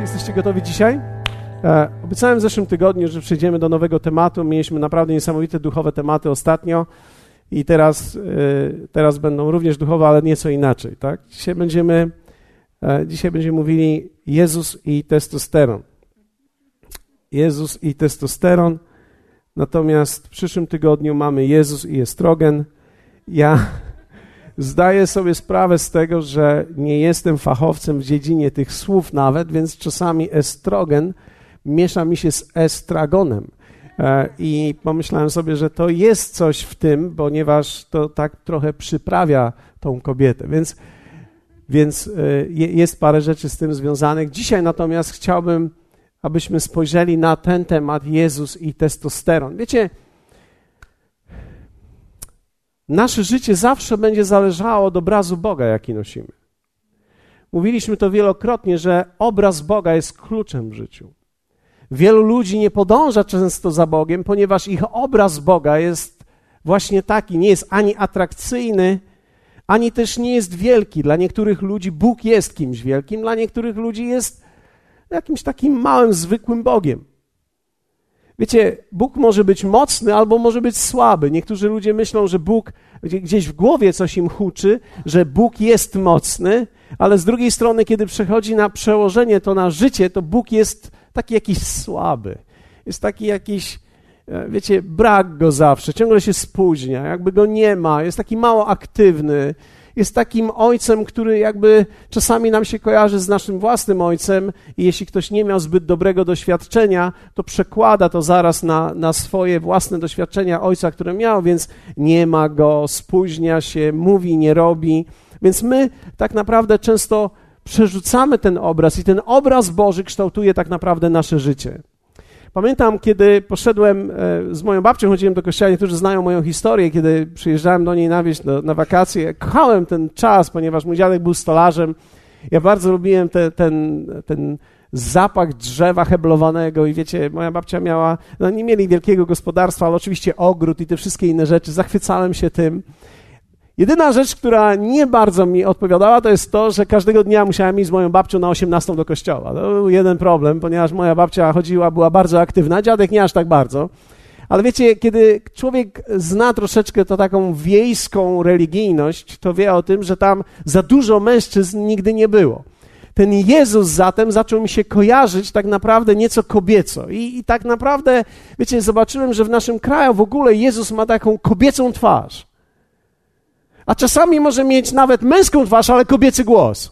Jesteście gotowi dzisiaj? Obiecałem w zeszłym tygodniu, że przejdziemy do nowego tematu. Mieliśmy naprawdę niesamowite duchowe tematy ostatnio i teraz będą również duchowe, ale nieco inaczej. Tak? Dzisiaj będziemy mówili Jezus i testosteron. Jezus i testosteron. Natomiast w przyszłym tygodniu mamy Jezus i estrogen. Ja zdaję sobie sprawę z tego, że nie jestem fachowcem w dziedzinie tych słów nawet, więc czasami estrogen miesza mi się z estragonem. I pomyślałem sobie, że to jest coś w tym, ponieważ to tak trochę przyprawia tą kobietę. Więc jest parę rzeczy z tym związanych. Dzisiaj natomiast chciałbym, abyśmy spojrzeli na ten temat Jezus i testosteron. Wiecie, nasze życie zawsze będzie zależało od obrazu Boga, jaki nosimy. Mówiliśmy to wielokrotnie, że obraz Boga jest kluczem w życiu. Wielu ludzi nie podąża często za Bogiem, ponieważ ich obraz Boga jest właśnie taki, nie jest ani atrakcyjny, ani też nie jest wielki. Dla niektórych ludzi Bóg jest kimś wielkim, dla niektórych ludzi jest jakimś takim małym, zwykłym Bogiem. Wiecie, Bóg może być mocny albo może być słaby. Niektórzy ludzie myślą, że Bóg, gdzieś w głowie coś im huczy, że Bóg jest mocny, ale z drugiej strony, kiedy przechodzi na przełożenie to na życie, to Bóg jest taki jakiś słaby. Jest taki jakiś, wiecie, brak go zawsze, ciągle się spóźnia, jakby go nie ma, jest taki mało aktywny. Jest takim ojcem, który jakby czasami nam się kojarzy z naszym własnym ojcem i jeśli ktoś nie miał zbyt dobrego doświadczenia, to przekłada to zaraz na swoje własne doświadczenia ojca, które miał, więc nie ma go, spóźnia się, mówi, nie robi. Więc my tak naprawdę często przerzucamy ten obraz i ten obraz Boży kształtuje tak naprawdę nasze życie. Pamiętam, kiedy poszedłem z moją babcią, chodziłem do kościoła, niektórzy znają moją historię, kiedy przyjeżdżałem do niej na wieś na wakacje. Kochałem ten czas, ponieważ mój dziadek był stolarzem. Ja bardzo lubiłem ten zapach drzewa heblowanego i wiecie, moja babcia miała, nie mieli wielkiego gospodarstwa, ale oczywiście ogród i te wszystkie inne rzeczy. Zachwycałem się tym. Jedyna rzecz, która nie bardzo mi odpowiadała, to jest to, że każdego dnia musiałem iść z moją babcią na 18 do kościoła. To był jeden problem, ponieważ moja babcia chodziła, była bardzo aktywna, dziadek nie aż tak bardzo. Ale wiecie, kiedy człowiek zna troszeczkę to taką wiejską religijność, to wie o tym, że tam za dużo mężczyzn nigdy nie było. Ten Jezus zatem zaczął mi się kojarzyć tak naprawdę nieco kobieco. I tak naprawdę, wiecie, zobaczyłem, że w naszym kraju w ogóle Jezus ma taką kobiecą twarz. A czasami może mieć nawet męską twarz, ale kobiecy głos.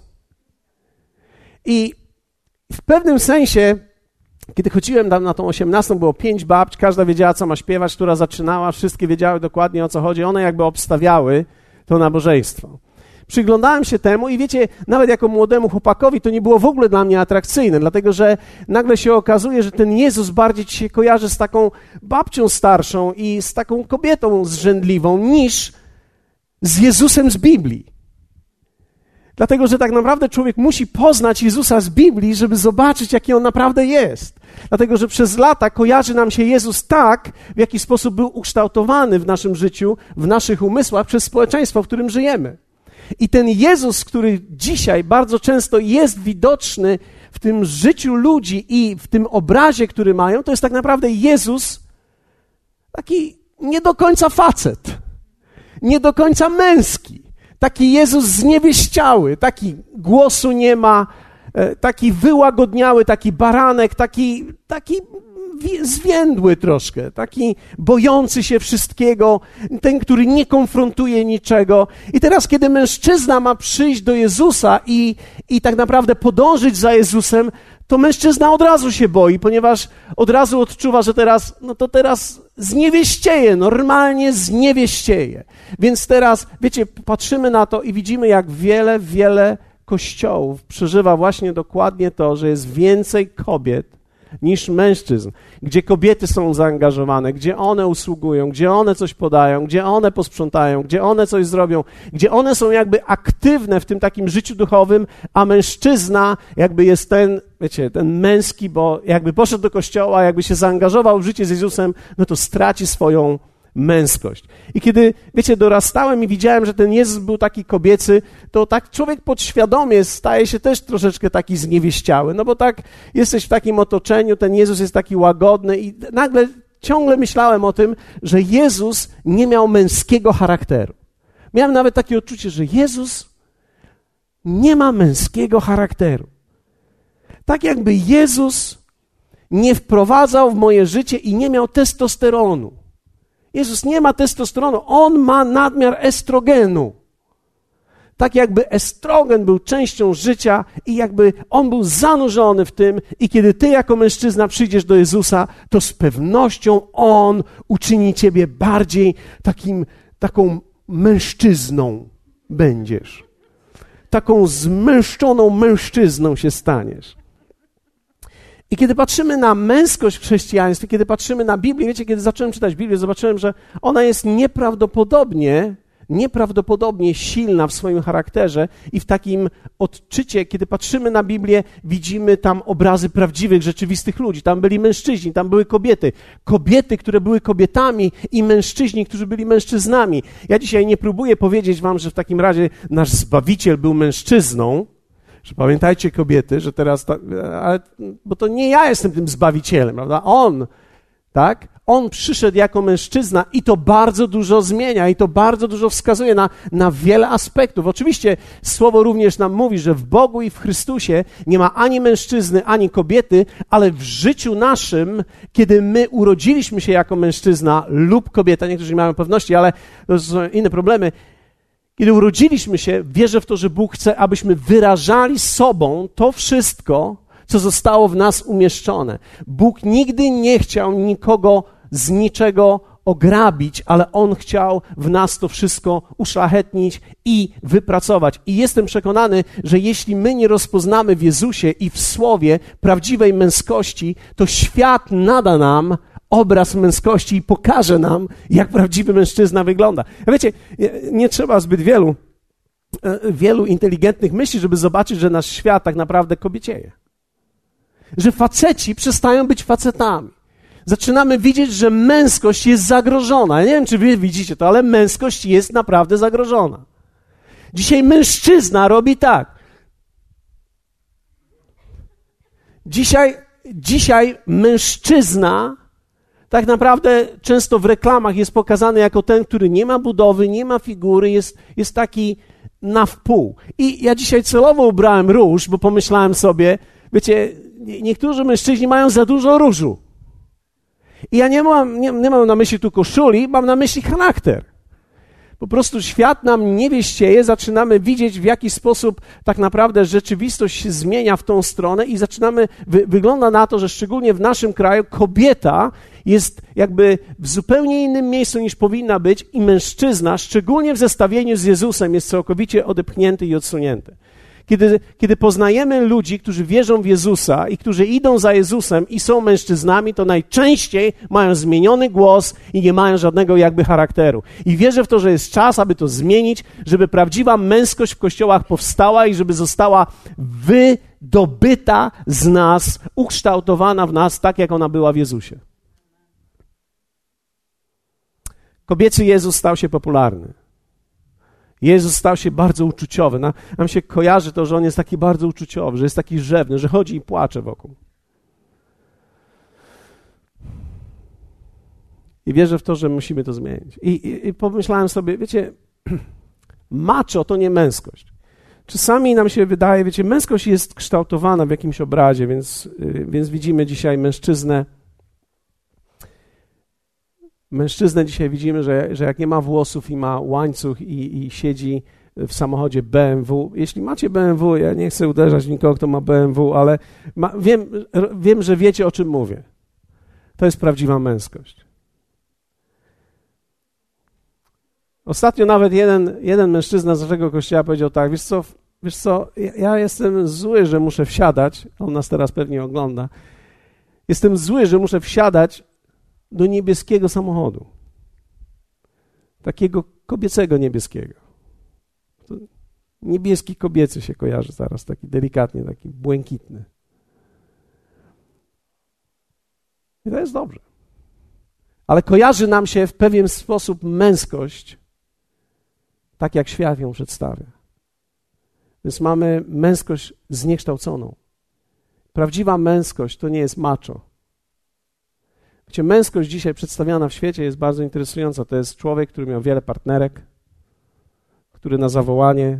I w pewnym sensie, kiedy chodziłem tam na tą 18, było 5 babć, każda wiedziała, co ma śpiewać, która zaczynała, wszystkie wiedziały dokładnie, o co chodzi. One jakby obstawiały to nabożeństwo. Przyglądałem się temu i wiecie, nawet jako młodemu chłopakowi to nie było w ogóle dla mnie atrakcyjne, dlatego że nagle się okazuje, że ten Jezus bardziej ci się kojarzy z taką babcią starszą i z taką kobietą zrzędliwą niż z Jezusem z Biblii. Dlatego, że tak naprawdę człowiek musi poznać Jezusa z Biblii, żeby zobaczyć, jaki On naprawdę jest. Dlatego, że przez lata kojarzy nam się Jezus tak, w jaki sposób był ukształtowany w naszym życiu, w naszych umysłach przez społeczeństwo, w którym żyjemy. I ten Jezus, który dzisiaj bardzo często jest widoczny w tym życiu ludzi i w tym obrazie, który mają, to jest tak naprawdę Jezus taki nie do końca facet. Nie do końca męski. Taki Jezus zniewieściały, taki głosu nie ma, taki wyłagodniały, taki baranek, taki zwiędły troszkę, taki bojący się wszystkiego, ten, który nie konfrontuje niczego. I teraz, kiedy mężczyzna ma przyjść do Jezusa i tak naprawdę podążyć za Jezusem, to mężczyzna od razu się boi, ponieważ od razu odczuwa, że teraz zniewieścieje, normalnie zniewieścieje. Więc teraz, wiecie, patrzymy na to i widzimy, jak wiele kościołów przeżywa właśnie dokładnie to, że jest więcej kobiet niż mężczyzn, gdzie kobiety są zaangażowane, gdzie one usługują, gdzie one coś podają, gdzie one posprzątają, gdzie one coś zrobią, gdzie one są jakby aktywne w tym takim życiu duchowym, a mężczyzna jakby jest ten, wiecie, ten męski, bo jakby poszedł do kościoła, jakby się zaangażował w życie z Jezusem, no to straci swoją męskość. I kiedy, wiecie, dorastałem i widziałem, że ten Jezus był taki kobiecy, to tak człowiek podświadomie staje się też troszeczkę taki zniewieściały, no bo tak jesteś w takim otoczeniu, ten Jezus jest taki łagodny i nagle ciągle myślałem o tym, że Jezus nie miał męskiego charakteru. Miałem nawet takie odczucie, że Jezus nie ma męskiego charakteru. Tak jakby Jezus nie wprowadzał w moje życie i nie miał testosteronu. Jezus nie ma testosteronu, On ma nadmiar estrogenu. Tak jakby estrogen był częścią życia i jakby On był zanurzony w tym i kiedy ty jako mężczyzna przyjdziesz do Jezusa, to z pewnością On uczyni ciebie bardziej taką mężczyzną będziesz. Taką zmęszczoną mężczyzną się staniesz. I kiedy patrzymy na męskość w chrześcijaństwie, kiedy patrzymy na Biblię, wiecie, kiedy zacząłem czytać Biblię, zobaczyłem, że ona jest nieprawdopodobnie silna w swoim charakterze i w takim odczycie, kiedy patrzymy na Biblię, widzimy tam obrazy prawdziwych, rzeczywistych ludzi. Tam byli mężczyźni, tam były kobiety. Kobiety, które były kobietami i mężczyźni, którzy byli mężczyznami. Ja dzisiaj nie próbuję powiedzieć wam, że w takim razie nasz Zbawiciel był mężczyzną, że pamiętajcie kobiety, że teraz, bo to nie ja jestem tym Zbawicielem, prawda? On, tak? On przyszedł jako mężczyzna i to bardzo dużo zmienia i to bardzo dużo wskazuje na wiele aspektów. Oczywiście Słowo również nam mówi, że w Bogu i w Chrystusie nie ma ani mężczyzny, ani kobiety, ale w życiu naszym, kiedy my urodziliśmy się jako mężczyzna lub kobieta, niektórzy nie mają pewności, ale to są inne problemy, kiedy urodziliśmy się, wierzę w to, że Bóg chce, abyśmy wyrażali sobą to wszystko, co zostało w nas umieszczone. Bóg nigdy nie chciał nikogo z niczego ograbić, ale On chciał w nas to wszystko uszlachetnić i wypracować. I jestem przekonany, że jeśli my nie rozpoznamy w Jezusie i w Słowie prawdziwej męskości, to świat nada nam obraz męskości i pokaże nam, jak prawdziwy mężczyzna wygląda. A wiecie, nie trzeba zbyt wielu inteligentnych myśli, żeby zobaczyć, że nasz świat tak naprawdę kobiecieje. Że faceci przestają być facetami. Zaczynamy widzieć, że męskość jest zagrożona. Ja nie wiem, czy wy widzicie to, ale męskość jest naprawdę zagrożona. Dzisiaj mężczyzna robi tak. Dzisiaj mężczyzna tak naprawdę często w reklamach jest pokazany jako ten, który nie ma budowy, nie ma figury, jest taki na wpół. I ja dzisiaj celowo ubrałem róż, bo pomyślałem sobie, wiecie, niektórzy mężczyźni mają za dużo różu. I ja nie mam na myśli tu koszuli, mam na myśli charakter. Po prostu świat nam nie wieścieje, zaczynamy widzieć, w jaki sposób tak naprawdę rzeczywistość się zmienia w tą stronę i wygląda na to, że szczególnie w naszym kraju kobieta jest jakby w zupełnie innym miejscu niż powinna być i mężczyzna, szczególnie w zestawieniu z Jezusem, jest całkowicie odepchnięty i odsunięty. Kiedy poznajemy ludzi, którzy wierzą w Jezusa i którzy idą za Jezusem i są mężczyznami, to najczęściej mają zmieniony głos i nie mają żadnego jakby charakteru. I wierzę w to, że jest czas, aby to zmienić, żeby prawdziwa męskość w kościołach powstała i żeby została wydobyta z nas, ukształtowana w nas tak, jak ona była w Jezusie. Kobiecy Jezus stał się popularny. Jezus stał się bardzo uczuciowy. Nam się kojarzy to, że On jest taki bardzo uczuciowy, że jest taki rzewny, że chodzi i płacze wokół. I wierzę w to, że musimy to zmienić. I pomyślałem sobie, wiecie, macho to nie męskość. Czasami nam się wydaje, wiecie, męskość jest kształtowana w jakimś obrazie, więc widzimy dzisiaj mężczyznę. Mężczyznę dzisiaj widzimy, że jak nie ma włosów i ma łańcuch i siedzi w samochodzie BMW. Jeśli macie BMW, ja nie chcę uderzać nikogo, kto ma BMW, ale wiem, że wiecie, o czym mówię. To jest prawdziwa męskość. Ostatnio nawet jeden mężczyzna z naszego kościoła powiedział tak, wiesz co, ja jestem zły, że muszę wsiadać, on nas teraz pewnie ogląda, jestem zły, że muszę wsiadać do niebieskiego samochodu. Takiego kobiecego niebieskiego. To niebieski kobiecy się kojarzy zaraz, taki delikatnie, taki błękitny. I to jest dobrze. Ale kojarzy nam się w pewien sposób męskość, tak jak świat ją przedstawia. Więc mamy męskość zniekształconą. Prawdziwa męskość to nie jest macho. Wiecie, męskość dzisiaj przedstawiana w świecie jest bardzo interesująca. To jest człowiek, który miał wiele partnerek, który na zawołanie,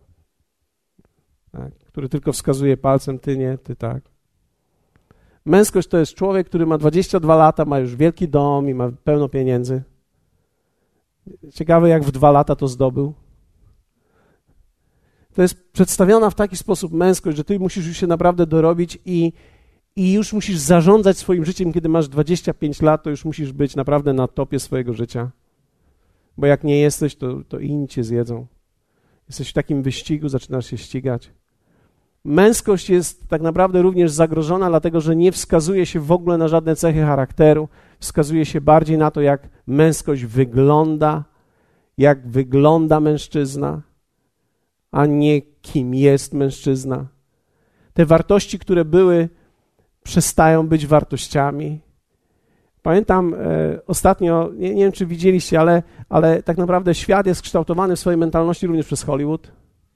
tak, który tylko wskazuje palcem, ty nie, ty tak. Męskość to jest człowiek, który ma 22 lata, ma już wielki dom i ma pełno pieniędzy. Ciekawe, jak w 2 lata to zdobył. To jest przedstawiona w taki sposób męskość, że ty musisz już się naprawdę dorobić i już musisz zarządzać swoim życiem, kiedy masz 25 lat, to już musisz być naprawdę na topie swojego życia. Bo jak nie jesteś, to inni cię zjedzą. Jesteś w takim wyścigu, zaczynasz się ścigać. Męskość jest tak naprawdę również zagrożona, dlatego że nie wskazuje się w ogóle na żadne cechy charakteru. Wskazuje się bardziej na to, jak męskość wygląda, jak wygląda mężczyzna, a nie kim jest mężczyzna. Te wartości, które były, przestają być wartościami. Pamiętam ostatnio, nie wiem, czy widzieliście, ale tak naprawdę świat jest kształtowany w swojej mentalności również przez Hollywood.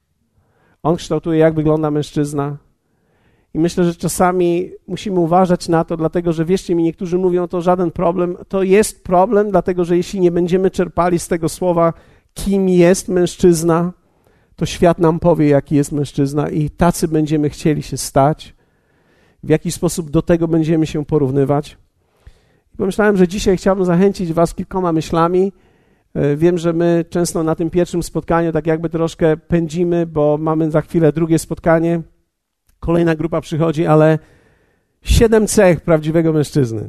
On kształtuje, jak wygląda mężczyzna. I myślę, że czasami musimy uważać na to, dlatego że wierzcie mi, niektórzy mówią, to żaden problem. To jest problem, dlatego że jeśli nie będziemy czerpali z tego słowa, kim jest mężczyzna, to świat nam powie, jaki jest mężczyzna i tacy będziemy chcieli się stać. W jaki sposób do tego będziemy się porównywać. I pomyślałem, że dzisiaj chciałbym zachęcić was kilkoma myślami. Wiem, że my często na tym pierwszym spotkaniu tak jakby troszkę pędzimy, bo mamy za chwilę drugie spotkanie. Kolejna grupa przychodzi, ale 7 cech prawdziwego mężczyzny.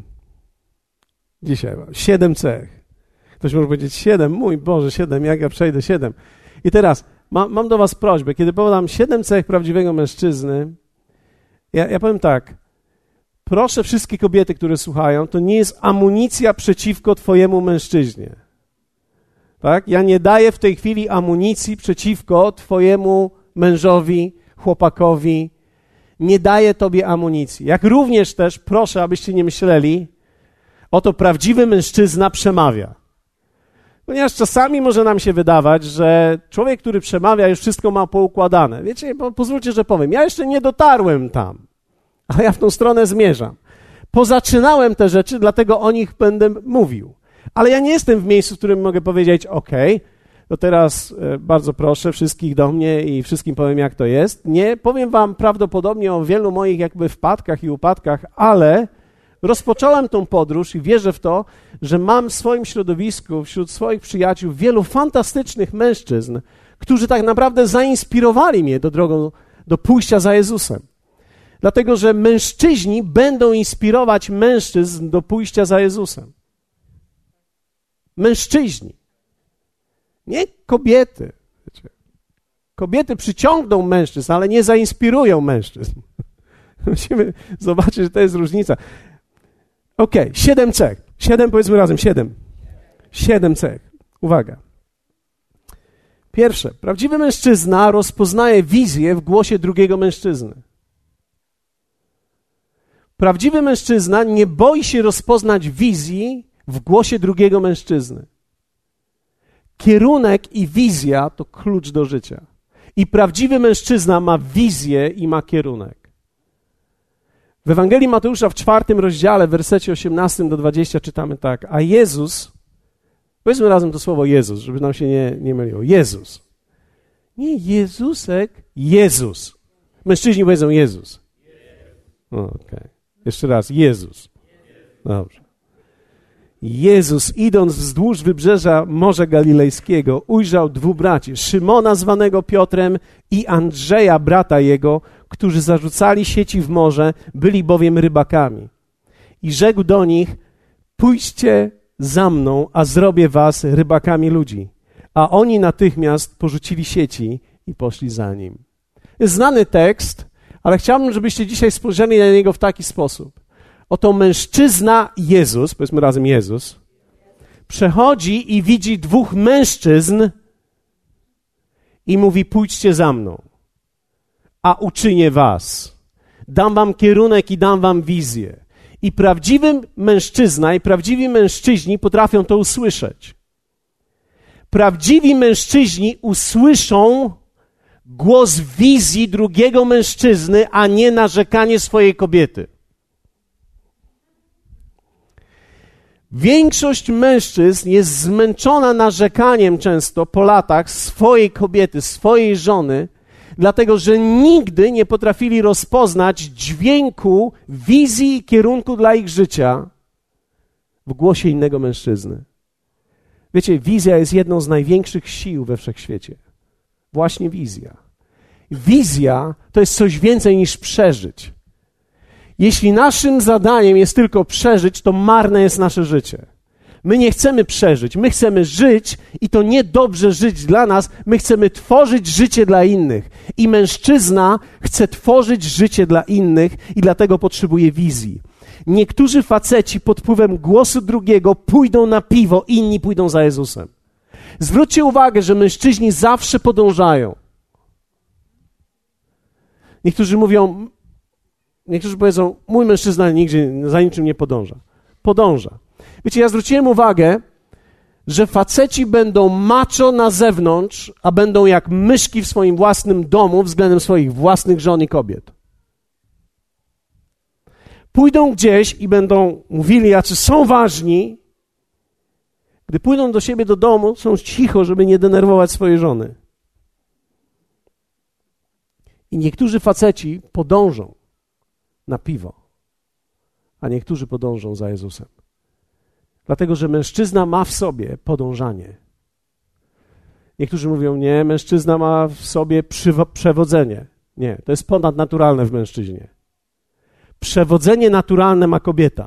Dzisiaj 7 cech. Ktoś może powiedzieć 7, mój Boże, 7, jak ja przejdę 7. I teraz mam do was prośbę, kiedy podam 7 cech prawdziwego mężczyzny, ja powiem tak, proszę wszystkie kobiety, które słuchają, to nie jest amunicja przeciwko twojemu mężczyźnie. Tak? Ja nie daję w tej chwili amunicji przeciwko twojemu mężowi, chłopakowi. Nie daję tobie amunicji. Jak również też proszę, abyście nie myśleli, oto prawdziwy mężczyzna przemawia. Ponieważ czasami może nam się wydawać, że człowiek, który przemawia, już wszystko ma poukładane. Wiecie, pozwólcie, że powiem, ja jeszcze nie dotarłem tam, ale ja w tą stronę zmierzam. Pozaczynałem te rzeczy, dlatego o nich będę mówił. Ale ja nie jestem w miejscu, w którym mogę powiedzieć, to teraz bardzo proszę wszystkich do mnie i wszystkim powiem, jak to jest. Nie, powiem wam prawdopodobnie o wielu moich jakby wpadkach i upadkach, ale rozpocząłem tą podróż i wierzę w to, że mam w swoim środowisku, wśród swoich przyjaciół wielu fantastycznych mężczyzn, którzy tak naprawdę zainspirowali mnie do pójścia za Jezusem. Dlatego, że mężczyźni będą inspirować mężczyzn do pójścia za Jezusem. Mężczyźni. Nie kobiety. Wiecie. Kobiety przyciągną mężczyzn, ale nie zainspirują mężczyzn. Musimy zobaczyć, że to jest różnica. 7 cech. 7, powiedzmy razem, 7. 7 cech. Uwaga. Pierwsze. Prawdziwy mężczyzna rozpoznaje wizję w głosie drugiego mężczyzny. Prawdziwy mężczyzna nie boi się rozpoznać wizji w głosie drugiego mężczyzny. Kierunek i wizja to klucz do życia. I prawdziwy mężczyzna ma wizję i ma kierunek. W Ewangelii Mateusza w 4 rozdziale, w wersecie 18 do 20 czytamy tak. A Jezus, powiedzmy razem to słowo Jezus, żeby nam się nie myliło. Jezus. Nie Jezusek, Jezus. Mężczyźni powiedzą Jezus. Okej. Jeszcze raz, Jezus. Dobrze. Jezus, idąc wzdłuż wybrzeża Morza Galilejskiego, ujrzał 2 braci, Szymona zwanego Piotrem i Andrzeja, brata jego, którzy zarzucali sieci w morze, byli bowiem rybakami. I rzekł do nich, pójdźcie za mną, a zrobię was rybakami ludzi. A oni natychmiast porzucili sieci i poszli za nim. Jest znany tekst, ale chciałbym, żebyście dzisiaj spojrzeli na niego w taki sposób. Oto mężczyzna Jezus, powiedzmy razem Jezus, przechodzi i widzi 2 mężczyzn i mówi, pójdźcie za mną, a uczynię was. Dam wam kierunek i dam wam wizję. I prawdziwy mężczyzna i prawdziwi mężczyźni potrafią to usłyszeć. Prawdziwi mężczyźni usłyszą głos wizji drugiego mężczyzny, a nie narzekanie swojej kobiety. Większość mężczyzn jest zmęczona narzekaniem często po latach swojej kobiety, swojej żony, dlatego że nigdy nie potrafili rozpoznać dźwięku, wizji i kierunku dla ich życia w głosie innego mężczyzny. Wiecie, wizja jest jedną z największych sił we wszechświecie. Właśnie wizja. Wizja to jest coś więcej niż przeżyć. Jeśli naszym zadaniem jest tylko przeżyć, to marne jest nasze życie. My nie chcemy przeżyć, my chcemy żyć i to nie dobrze żyć dla nas, my chcemy tworzyć życie dla innych. I mężczyzna chce tworzyć życie dla innych i dlatego potrzebuje wizji. Niektórzy faceci pod wpływem głosu drugiego pójdą na piwo, inni pójdą za Jezusem. Zwróćcie uwagę, że mężczyźni zawsze podążają. Niektórzy powiedzą, mój mężczyzna nigdzie za niczym nie podąża. Podąża. Wiecie, ja zwróciłem uwagę, że faceci będą macho na zewnątrz, a będą jak myszki w swoim własnym domu względem swoich własnych żon i kobiet. Pójdą gdzieś i będą mówili, jacy są ważni. Gdy pójdą do siebie do domu, są cicho, żeby nie denerwować swojej żony. I niektórzy faceci podążą na piwo, a niektórzy podążą za Jezusem. Dlatego, że mężczyzna ma w sobie podążanie. Niektórzy mówią, nie, mężczyzna ma w sobie przewodzenie. Nie, to jest ponadnaturalne w mężczyźnie. Przewodzenie naturalne ma kobieta.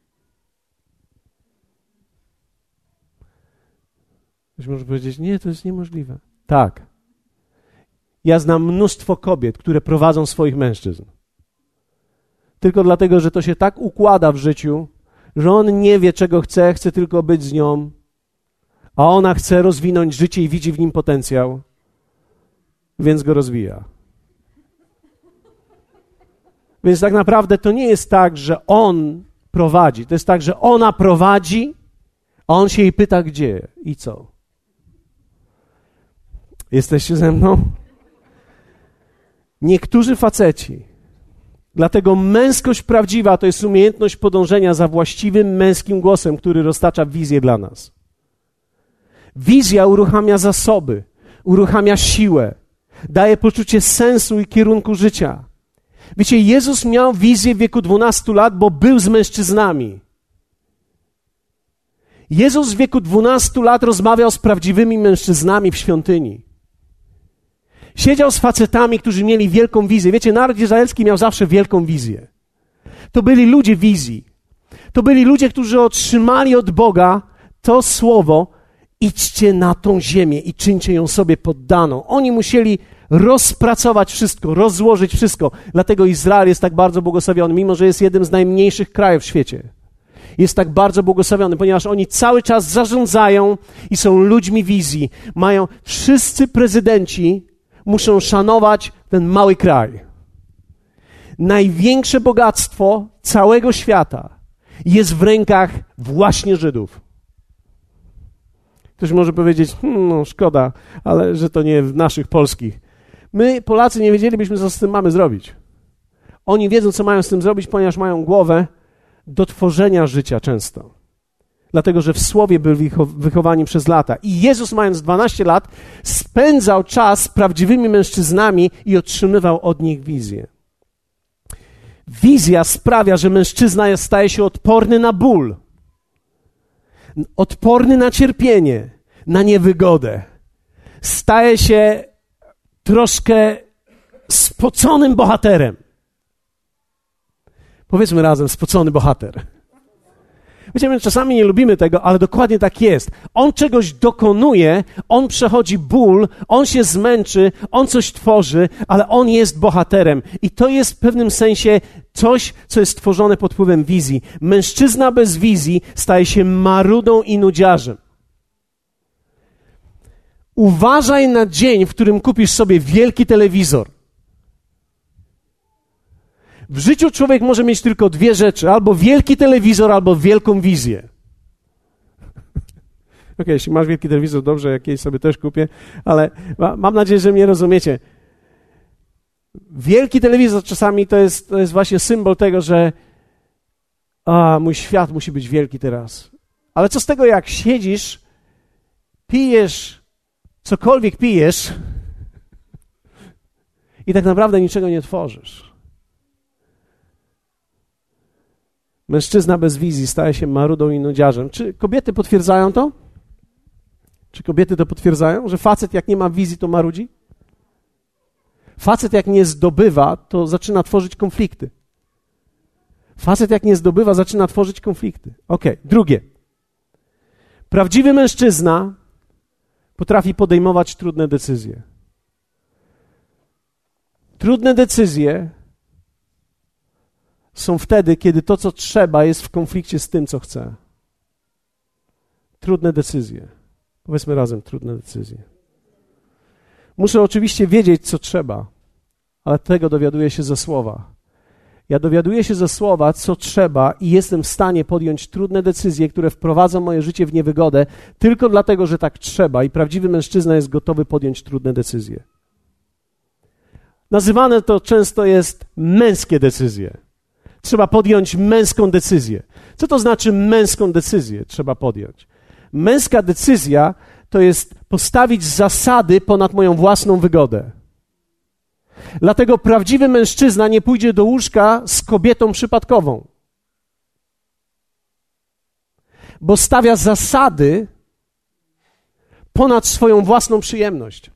Ktoś może powiedzieć, nie, to jest niemożliwe. Tak. Ja znam mnóstwo kobiet, które prowadzą swoich mężczyzn. Tylko dlatego, że to się tak układa w życiu, że on nie wie, czego chce, chce tylko być z nią, a ona chce rozwinąć życie i widzi w nim potencjał, więc go rozwija. Więc tak naprawdę to nie jest tak, że on prowadzi, to jest tak, że ona prowadzi, a on się jej pyta, gdzie i co. Jesteście ze mną? Niektórzy faceci, dlatego męskość prawdziwa to jest umiejętność podążenia za właściwym męskim głosem, który roztacza wizję dla nas. Wizja uruchamia zasoby, uruchamia siłę, daje poczucie sensu i kierunku życia. Wiecie, Jezus miał wizję w wieku 12 lat, bo był z mężczyznami. Jezus w wieku 12 lat rozmawiał z prawdziwymi mężczyznami w świątyni. Siedział z facetami, którzy mieli wielką wizję. Wiecie, naród izraelski miał zawsze wielką wizję. To byli ludzie wizji. To byli ludzie, którzy otrzymali od Boga to słowo, idźcie na tą ziemię i czyńcie ją sobie poddaną. Oni musieli rozpracować wszystko, rozłożyć wszystko. Dlatego Izrael jest tak bardzo błogosławiony, mimo że jest jednym z najmniejszych krajów w świecie. Jest tak bardzo błogosławiony, ponieważ oni cały czas zarządzają i są ludźmi wizji. Wszyscy prezydenci muszą szanować ten mały kraj. Największe bogactwo całego świata jest w rękach właśnie Żydów. Ktoś może powiedzieć, no szkoda, ale że to nie w naszych polskich. My, Polacy, nie wiedzielibyśmy, co z tym mamy zrobić. Oni wiedzą, co mają z tym zrobić, ponieważ mają głowę do tworzenia życia często. Dlatego, że w Słowie byli wychowani przez lata. I Jezus, mając 12 lat, spędzał czas z prawdziwymi mężczyznami i otrzymywał od nich wizję. Wizja sprawia, że mężczyzna staje się odporny na ból, odporny na cierpienie, na niewygodę. Staje się troszkę spoconym bohaterem. Powiedzmy razem, spocony bohater. Wiecie, my czasami nie lubimy tego, ale dokładnie tak jest. On czegoś dokonuje, on przechodzi ból, on się zmęczy, on coś tworzy, ale on jest bohaterem. I to jest w pewnym sensie coś, co jest stworzone pod wpływem wizji. Mężczyzna bez wizji staje się marudą i nudziarzem. Uważaj na dzień, w którym kupisz sobie wielki telewizor. W życiu człowiek może mieć tylko dwie rzeczy, albo wielki telewizor, albo wielką wizję. Okej, jeśli masz wielki telewizor, dobrze, jakiś sobie też kupię, ale mam nadzieję, że mnie rozumiecie. Wielki telewizor czasami to jest właśnie symbol tego, że mój świat musi być wielki teraz. Ale co z tego, jak siedzisz, pijesz, cokolwiek pijesz i tak naprawdę niczego nie tworzysz. Mężczyzna bez wizji staje się marudą i nudziarzem. Czy kobiety potwierdzają to? Czy kobiety to potwierdzają, że facet jak nie ma wizji, to marudzi? Facet jak nie zdobywa, to zaczyna tworzyć konflikty. Facet jak nie zdobywa, zaczyna tworzyć konflikty. Okej, drugie. Prawdziwy mężczyzna potrafi podejmować trudne decyzje. Trudne decyzje są wtedy, kiedy to, co trzeba, jest w konflikcie z tym, co chce. Trudne decyzje. Powiedzmy razem, trudne decyzje. Muszę oczywiście wiedzieć, co trzeba, ale tego dowiaduję się ze słowa. Ja dowiaduję się ze słowa, co trzeba i jestem w stanie podjąć trudne decyzje, które wprowadzą moje życie w niewygodę, tylko dlatego, że tak trzeba i prawdziwy mężczyzna jest gotowy podjąć trudne decyzje. Nazywane to często jest męskie decyzje. Trzeba podjąć męską decyzję. Co to znaczy męską decyzję trzeba podjąć? Męska decyzja to jest postawić zasady ponad moją własną wygodę. Dlatego prawdziwy mężczyzna nie pójdzie do łóżka z kobietą przypadkową, bo stawia zasady ponad swoją własną przyjemność.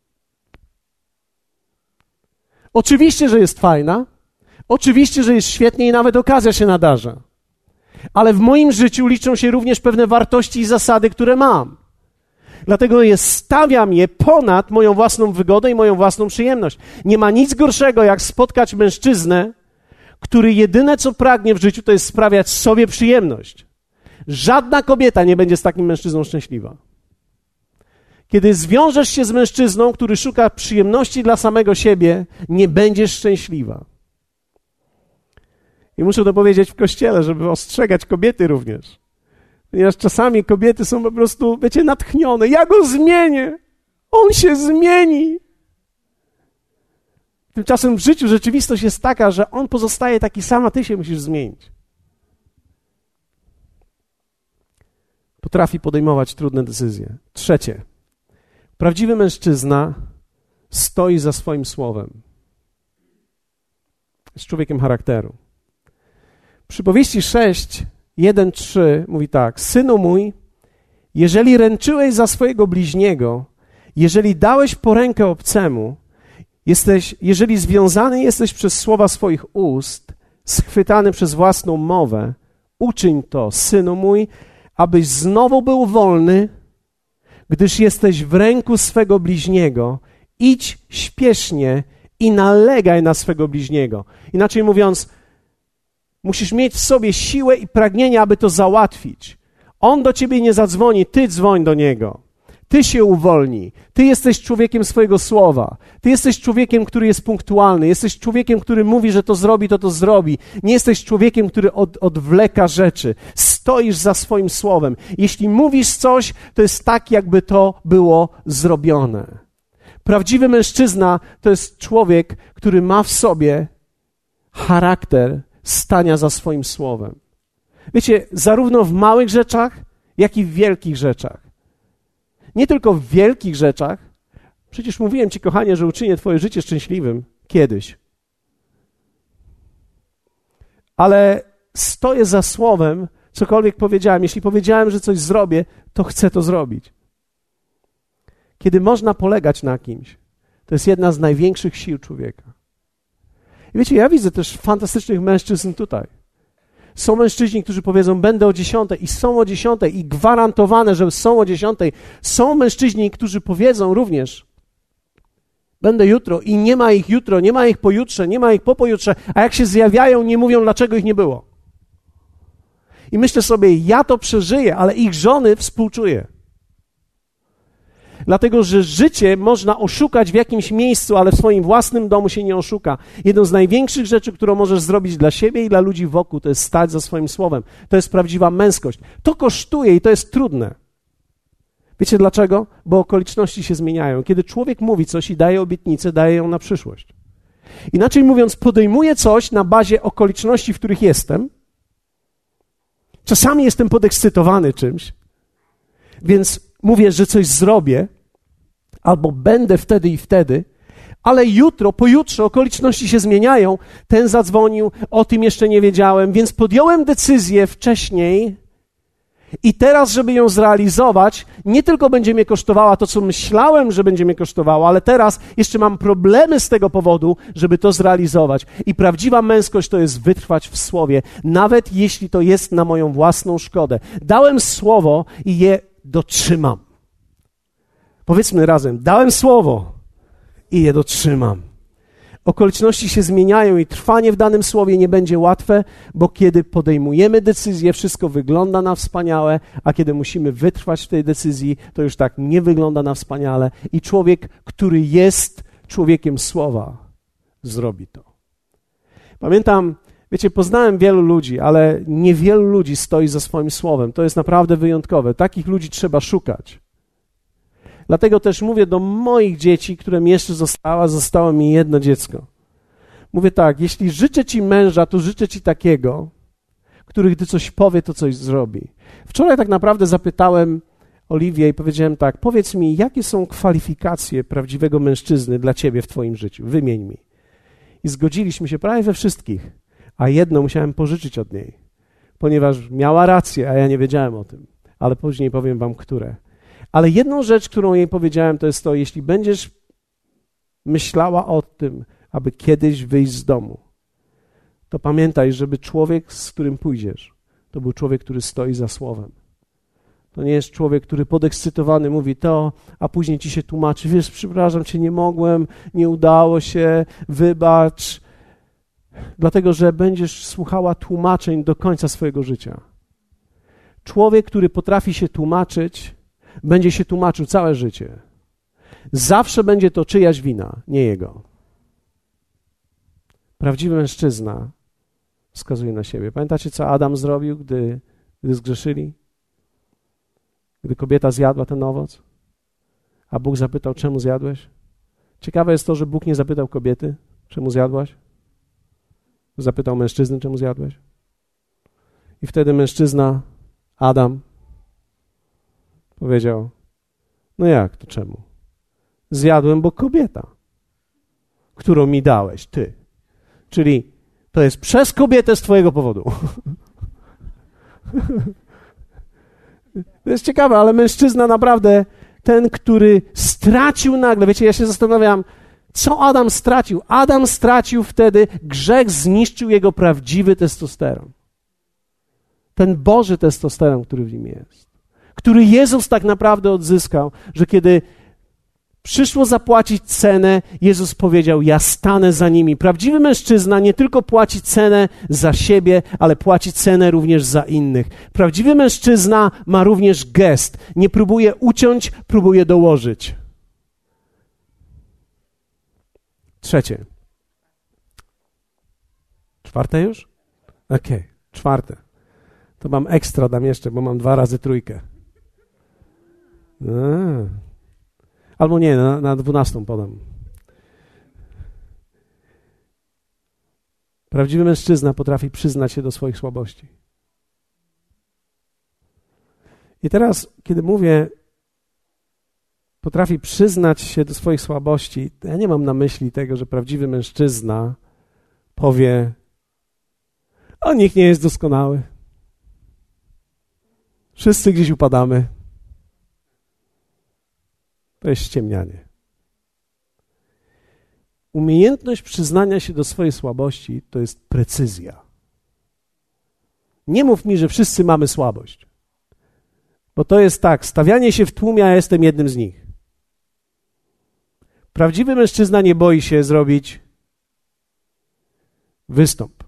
Oczywiście, że jest fajna, oczywiście, że jest świetnie i nawet okazja się nadarza, ale w moim życiu liczą się również pewne wartości i zasady, które mam. Dlatego stawiam je ponad moją własną wygodę i moją własną przyjemność. Nie ma nic gorszego, jak spotkać mężczyznę, który jedyne, co pragnie w życiu, to jest sprawiać sobie przyjemność. Żadna kobieta nie będzie z takim mężczyzną szczęśliwa. Kiedy zwiążesz się z mężczyzną, który szuka przyjemności dla samego siebie, nie będziesz szczęśliwa. I muszę to powiedzieć w kościele, żeby ostrzegać kobiety również. Ponieważ czasami kobiety są po prostu, wiecie, natchnione. Ja go zmienię. On się zmieni. Tymczasem w życiu rzeczywistość jest taka, że on pozostaje taki sam, a ty się musisz zmienić. Potrafi podejmować trudne decyzje. Trzecie. Prawdziwy mężczyzna stoi za swoim słowem. Jest człowiekiem charakteru. Przypowieści 6:1-3 mówi tak: Synu mój, jeżeli ręczyłeś za swojego bliźniego, jeżeli dałeś porękę obcemu, jeżeli związany jesteś przez słowa swoich ust, schwytany przez własną mowę, uczyń to, synu mój, abyś znowu był wolny, gdyż jesteś w ręku swego bliźniego. Idź śpiesznie i nalegaj na swego bliźniego. Inaczej mówiąc, musisz mieć w sobie siłę i pragnienie, aby to załatwić. On do ciebie nie zadzwoni, ty dzwoń do niego. Ty się uwolnij. Ty jesteś człowiekiem swojego słowa. Ty jesteś człowiekiem, który jest punktualny. Jesteś człowiekiem, który mówi, że to zrobi, to zrobi. Nie jesteś człowiekiem, który odwleka rzeczy. Stoisz za swoim słowem. Jeśli mówisz coś, to jest tak, jakby to było zrobione. Prawdziwy mężczyzna to jest człowiek, który ma w sobie charakter stania za swoim słowem. Wiecie, zarówno w małych rzeczach, jak i w wielkich rzeczach. Nie tylko w wielkich rzeczach. Przecież mówiłem ci, kochanie, że uczynię twoje życie szczęśliwym kiedyś. Ale stoję za słowem, cokolwiek powiedziałem. Jeśli powiedziałem, że coś zrobię, to chcę to zrobić. Kiedy można polegać na kimś, to jest jedna z największych sił człowieka. I wiecie, ja widzę też fantastycznych mężczyzn tutaj. Są mężczyźni, którzy powiedzą, będę o 10 i są o 10 i gwarantowane, że są o 10. Są mężczyźni, którzy powiedzą również, będę jutro i nie ma ich jutro, nie ma ich pojutrze, nie ma ich po pojutrze, a jak się zjawiają, nie mówią, dlaczego ich nie było. I myślę sobie, ja to przeżyję, ale ich żony współczuję. Dlatego, że życie można oszukać w jakimś miejscu, ale w swoim własnym domu się nie oszuka. Jedną z największych rzeczy, którą możesz zrobić dla siebie i dla ludzi wokół, to jest stać za swoim słowem. To jest prawdziwa męskość. To kosztuje i to jest trudne. Wiecie dlaczego? Bo okoliczności się zmieniają. Kiedy człowiek mówi coś i daje obietnicę, daje ją na przyszłość. Inaczej mówiąc, podejmuję coś na bazie okoliczności, w których jestem. Czasami jestem podekscytowany czymś, więc mówię, że coś zrobię, albo będę wtedy i wtedy, ale jutro, pojutrze okoliczności się zmieniają. Ten zadzwonił, o tym jeszcze nie wiedziałem, więc podjąłem decyzję wcześniej i teraz, żeby ją zrealizować, nie tylko będzie mnie kosztowała to, co myślałem, że będzie mnie kosztowało, ale teraz jeszcze mam problemy z tego powodu, żeby to zrealizować. I prawdziwa męskość to jest wytrwać w słowie, nawet jeśli to jest na moją własną szkodę. Dałem słowo i je dotrzymam. Powiedzmy razem, dałem słowo i je dotrzymam. Okoliczności się zmieniają i trwanie w danym słowie nie będzie łatwe, bo kiedy podejmujemy decyzję, wszystko wygląda na wspaniałe, a kiedy musimy wytrwać w tej decyzji, to już tak nie wygląda na wspaniale i człowiek, który jest człowiekiem słowa, zrobi to. Pamiętam, wiecie, poznałem wielu ludzi, ale niewielu ludzi stoi za swoim słowem. To jest naprawdę wyjątkowe. Takich ludzi trzeba szukać. Dlatego też mówię do moich dzieci, którym jeszcze zostało mi jedno dziecko. Mówię tak, jeśli życzę ci męża, to życzę ci takiego, który gdy coś powie, to coś zrobi. Wczoraj tak naprawdę zapytałem Oliwię i powiedziałem tak, powiedz mi, jakie są kwalifikacje prawdziwego mężczyzny dla ciebie w twoim życiu? Wymień mi. I zgodziliśmy się prawie we wszystkich, a jedno musiałem pożyczyć od niej, ponieważ miała rację, a ja nie wiedziałem o tym, ale później powiem wam, które. Ale jedną rzecz, którą jej powiedziałem, to jest to, jeśli będziesz myślała o tym, aby kiedyś wyjść z domu, to pamiętaj, żeby człowiek, z którym pójdziesz, to był człowiek, który stoi za słowem. To nie jest człowiek, który podekscytowany mówi to, a później ci się tłumaczy, wiesz, przepraszam cię, nie mogłem, nie udało się, wybacz. Dlatego, że będziesz słuchała tłumaczeń do końca swojego życia. Człowiek, który potrafi się tłumaczyć, będzie się tłumaczył całe życie. Zawsze będzie to czyjaś wina, nie jego. Prawdziwy mężczyzna wskazuje na siebie. Pamiętacie, co Adam zrobił, gdy zgrzeszyli? Gdy kobieta zjadła ten owoc? A Bóg zapytał, czemu zjadłeś? Ciekawe jest to, że Bóg nie zapytał kobiety, czemu zjadłaś? Zapytał mężczyznę, czemu zjadłeś? I wtedy mężczyzna, Adam, powiedział, no jak to czemu? Zjadłem, bo kobieta, którą mi dałeś, ty. Czyli to jest przez kobietę z twojego powodu. To jest ciekawe, ale mężczyzna naprawdę, ten, który stracił nagle, wiecie, ja się zastanawiam, co Adam stracił? Adam stracił wtedy, grzech zniszczył jego prawdziwy testosteron. Ten Boży testosteron, który w nim jest. Który Jezus tak naprawdę odzyskał, że kiedy przyszło zapłacić cenę, Jezus powiedział, ja stanę za nimi. Prawdziwy mężczyzna nie tylko płaci cenę za siebie, ale płaci cenę również za innych. Prawdziwy mężczyzna ma również gest. Nie próbuje uciąć, próbuje dołożyć. Trzecie. Czwarte już? Okej, czwarte. To mam ekstra, dam jeszcze, bo mam 2 razy 3. Albo nie, na 12 podam. Prawdziwy mężczyzna potrafi przyznać się do swoich słabości. I teraz, kiedy mówię, potrafi przyznać się do swoich słabości, to ja nie mam na myśli tego, że prawdziwy mężczyzna powie, o, nikt nie jest doskonały. Wszyscy gdzieś upadamy. To jest ściemnianie. Umiejętność przyznania się do swojej słabości to jest precyzja. Nie mów mi, że wszyscy mamy słabość. Bo to jest tak, stawianie się w tłumie, a ja jestem jednym z nich. Prawdziwy mężczyzna nie boi się zrobić wystąp.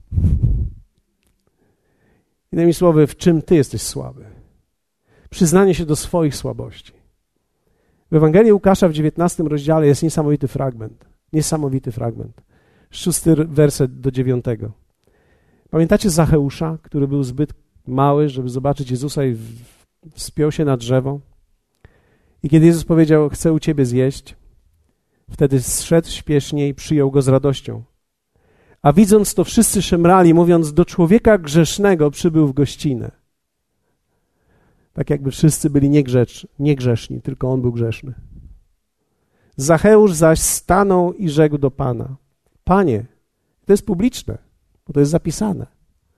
Innymi słowy, w czym ty jesteś słaby? Przyznanie się do swoich słabości. W Ewangelii Łukasza w 19 rozdziale jest niesamowity fragment. Niesamowity fragment. 6 werset do 9. Pamiętacie Zacheusza, który był zbyt mały, żeby zobaczyć Jezusa i wspiął się na drzewo? I kiedy Jezus powiedział, chcę u ciebie zjeść, wtedy zszedł śpiesznie i przyjął go z radością. A widząc to, wszyscy szemrali, mówiąc, do człowieka grzesznego przybył w gościnę. Tak jakby wszyscy byli niegrzeszni, tylko on był grzeszny. Zacheusz zaś stanął i rzekł do Pana: Panie, to jest publiczne, bo to jest zapisane.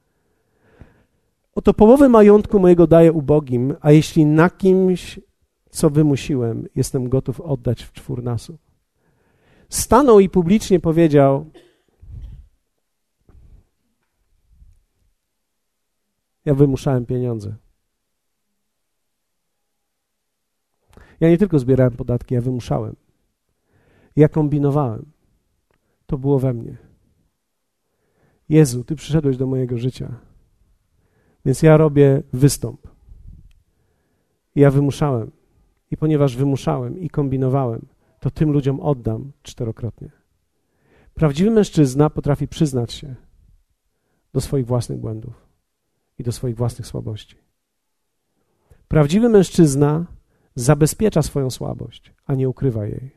Oto połowę majątku mojego daję ubogim, a jeśli na kimś, co wymusiłem, jestem gotów oddać w czwórnasób. Stanął i publicznie powiedział: ja wymuszałem pieniądze. Ja nie tylko zbierałem podatki, ja wymuszałem. Ja kombinowałem. To było we mnie. Jezu, Ty przyszedłeś do mojego życia, więc ja robię wystąp. Ja wymuszałem. I ponieważ wymuszałem i kombinowałem, to tym ludziom oddam 4-krotnie. Prawdziwy mężczyzna potrafi przyznać się do swoich własnych błędów i do swoich własnych słabości. Prawdziwy mężczyzna zabezpiecza swoją słabość, a nie ukrywa jej.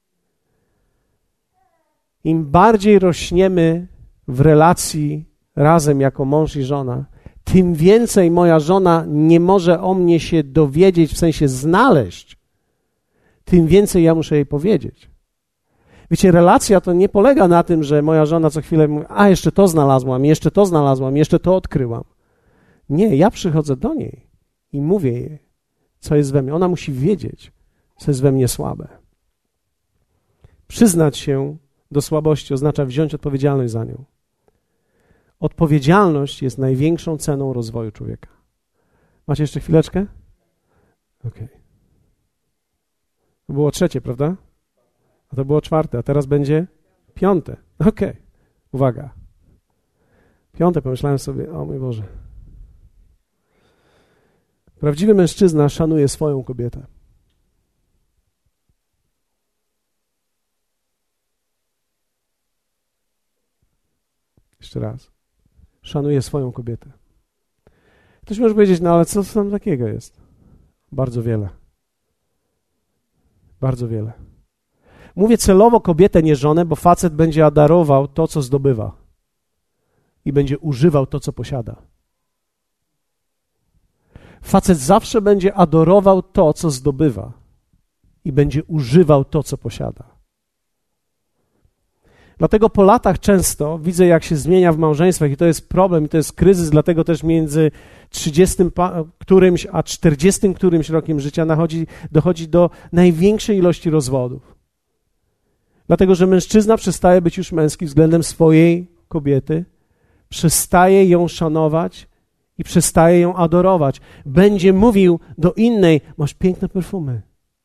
Im bardziej rośniemy w relacji razem jako mąż i żona, tym więcej moja żona nie może o mnie się dowiedzieć, w sensie znaleźć, tym więcej ja muszę jej powiedzieć. Wiecie, relacja to nie polega na tym, że moja żona co chwilę mówi, a jeszcze to znalazłam, jeszcze to odkryłam. Nie, ja przychodzę do niej i mówię jej, co jest we mnie. Ona musi wiedzieć, co jest we mnie słabe. Przyznać się do słabości oznacza wziąć odpowiedzialność za nią. Odpowiedzialność jest największą ceną rozwoju człowieka. Macie jeszcze chwileczkę? Okej. To było 3, prawda? A to było 4, a teraz będzie 5. Okej. Uwaga. 5, pomyślałem sobie, o mój Boże. Prawdziwy mężczyzna szanuje swoją kobietę. Jeszcze raz. Szanuje swoją kobietę. Ktoś może powiedzieć, no ale co tam takiego jest? Bardzo wiele. Bardzo wiele. Mówię celowo kobietę, nie żonę, bo facet będzie adorował to, co zdobywa i będzie używał to, co posiada. Facet zawsze będzie adorował to, co zdobywa i będzie używał to, co posiada. Dlatego po latach często widzę, jak się zmienia w małżeństwach i to jest problem, i to jest kryzys, dlatego też między 30 którymś a 40 którymś rokiem życia dochodzi do największej ilości rozwodów. Dlatego, że mężczyzna przestaje być już męski względem swojej kobiety, przestaje ją szanować i przestaje ją adorować. Będzie mówił do innej, masz piękne perfumy.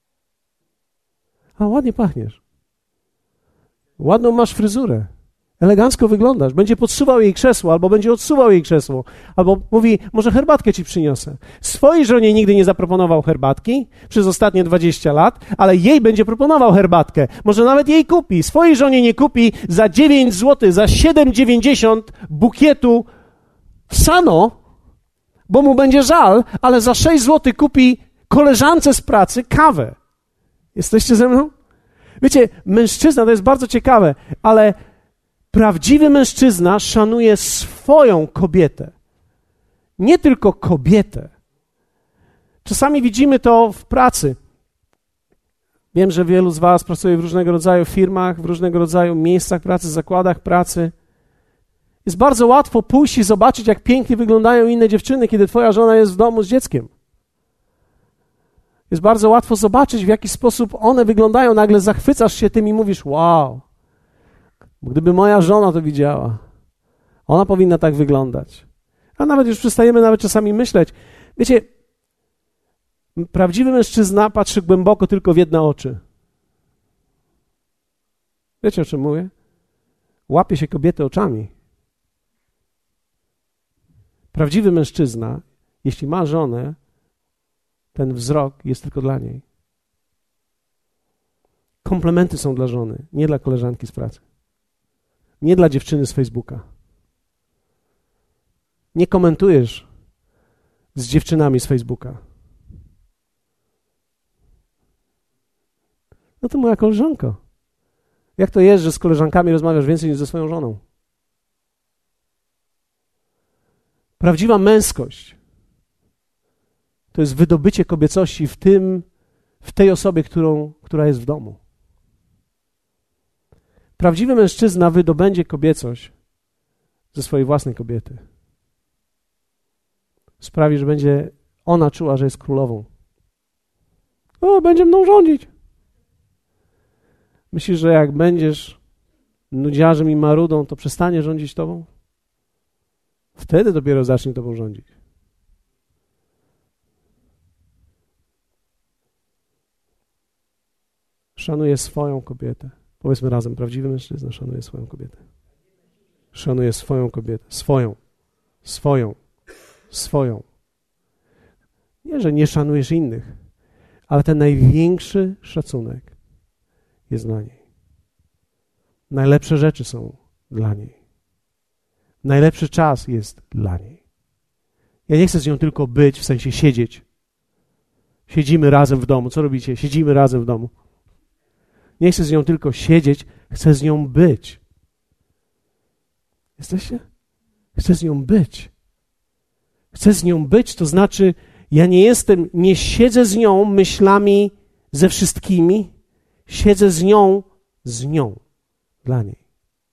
A ładnie pachniesz. Ładną masz fryzurę. Elegancko wyglądasz. Będzie podsuwał jej krzesło, albo będzie odsuwał jej krzesło, albo mówi, może herbatkę ci przyniosę. Swojej żonie nigdy nie zaproponował herbatki przez ostatnie 20 lat, ale jej będzie proponował herbatkę. Może nawet jej kupi. Swojej żonie nie kupi za 9 zł, za 7,90 bukietu sano, bo mu będzie żal, ale za 6 zł kupi koleżance z pracy kawę. Jesteście ze mną? Wiecie, mężczyzna, to jest bardzo ciekawe, ale prawdziwy mężczyzna szanuje swoją kobietę. Nie tylko kobietę. Czasami widzimy to w pracy. Wiem, że wielu z was pracuje w różnego rodzaju firmach, w różnego rodzaju miejscach pracy, zakładach pracy. Jest bardzo łatwo pójść i zobaczyć, jak pięknie wyglądają inne dziewczyny, kiedy twoja żona jest w domu z dzieckiem. Jest bardzo łatwo zobaczyć, w jaki sposób one wyglądają. Nagle zachwycasz się tym i mówisz, wow, gdyby moja żona to widziała, ona powinna tak wyglądać. A nawet już przestajemy nawet czasami myśleć. Wiecie, prawdziwy mężczyzna patrzy głęboko tylko w jedne oczy. Wiecie, o czym mówię? Łapie się kobiety oczami. Prawdziwy mężczyzna, jeśli ma żonę, ten wzrok jest tylko dla niej. komplementy są dla żony, nie dla koleżanki z pracy. Nie dla dziewczyny z Facebooka. Nie komentujesz z dziewczynami z Facebooka. No to moja koleżanko. Jak to jest, że z koleżankami rozmawiasz więcej niż ze swoją żoną? Prawdziwa męskość to jest wydobycie kobiecości w tej osobie, która jest w domu. Prawdziwy mężczyzna wydobędzie kobiecość ze swojej własnej kobiety. Sprawi, że będzie ona czuła, że jest królową. O, będzie mną rządzić. Myślisz, że jak będziesz nudziarzem i marudą, to przestanie rządzić tobą? Wtedy dopiero zacznie tobą rządzić. Szanuje swoją kobietę. Powiedzmy razem, prawdziwy mężczyzna szanuje swoją kobietę. Szanuje swoją kobietę. Swoją. Nie, że nie szanujesz innych, ale ten największy szacunek jest dla niej. Najlepsze rzeczy są dla niej. Najlepszy czas jest dla niej. Ja nie chcę z nią tylko być, w sensie siedzieć. Siedzimy razem w domu. Co robicie? Siedzimy razem w domu. Nie chcę z nią tylko siedzieć, chcę z nią być. Jesteście? Chcę z nią być. Chcę z nią być, to znaczy nie siedzę z nią myślami ze wszystkimi, siedzę z nią, dla niej.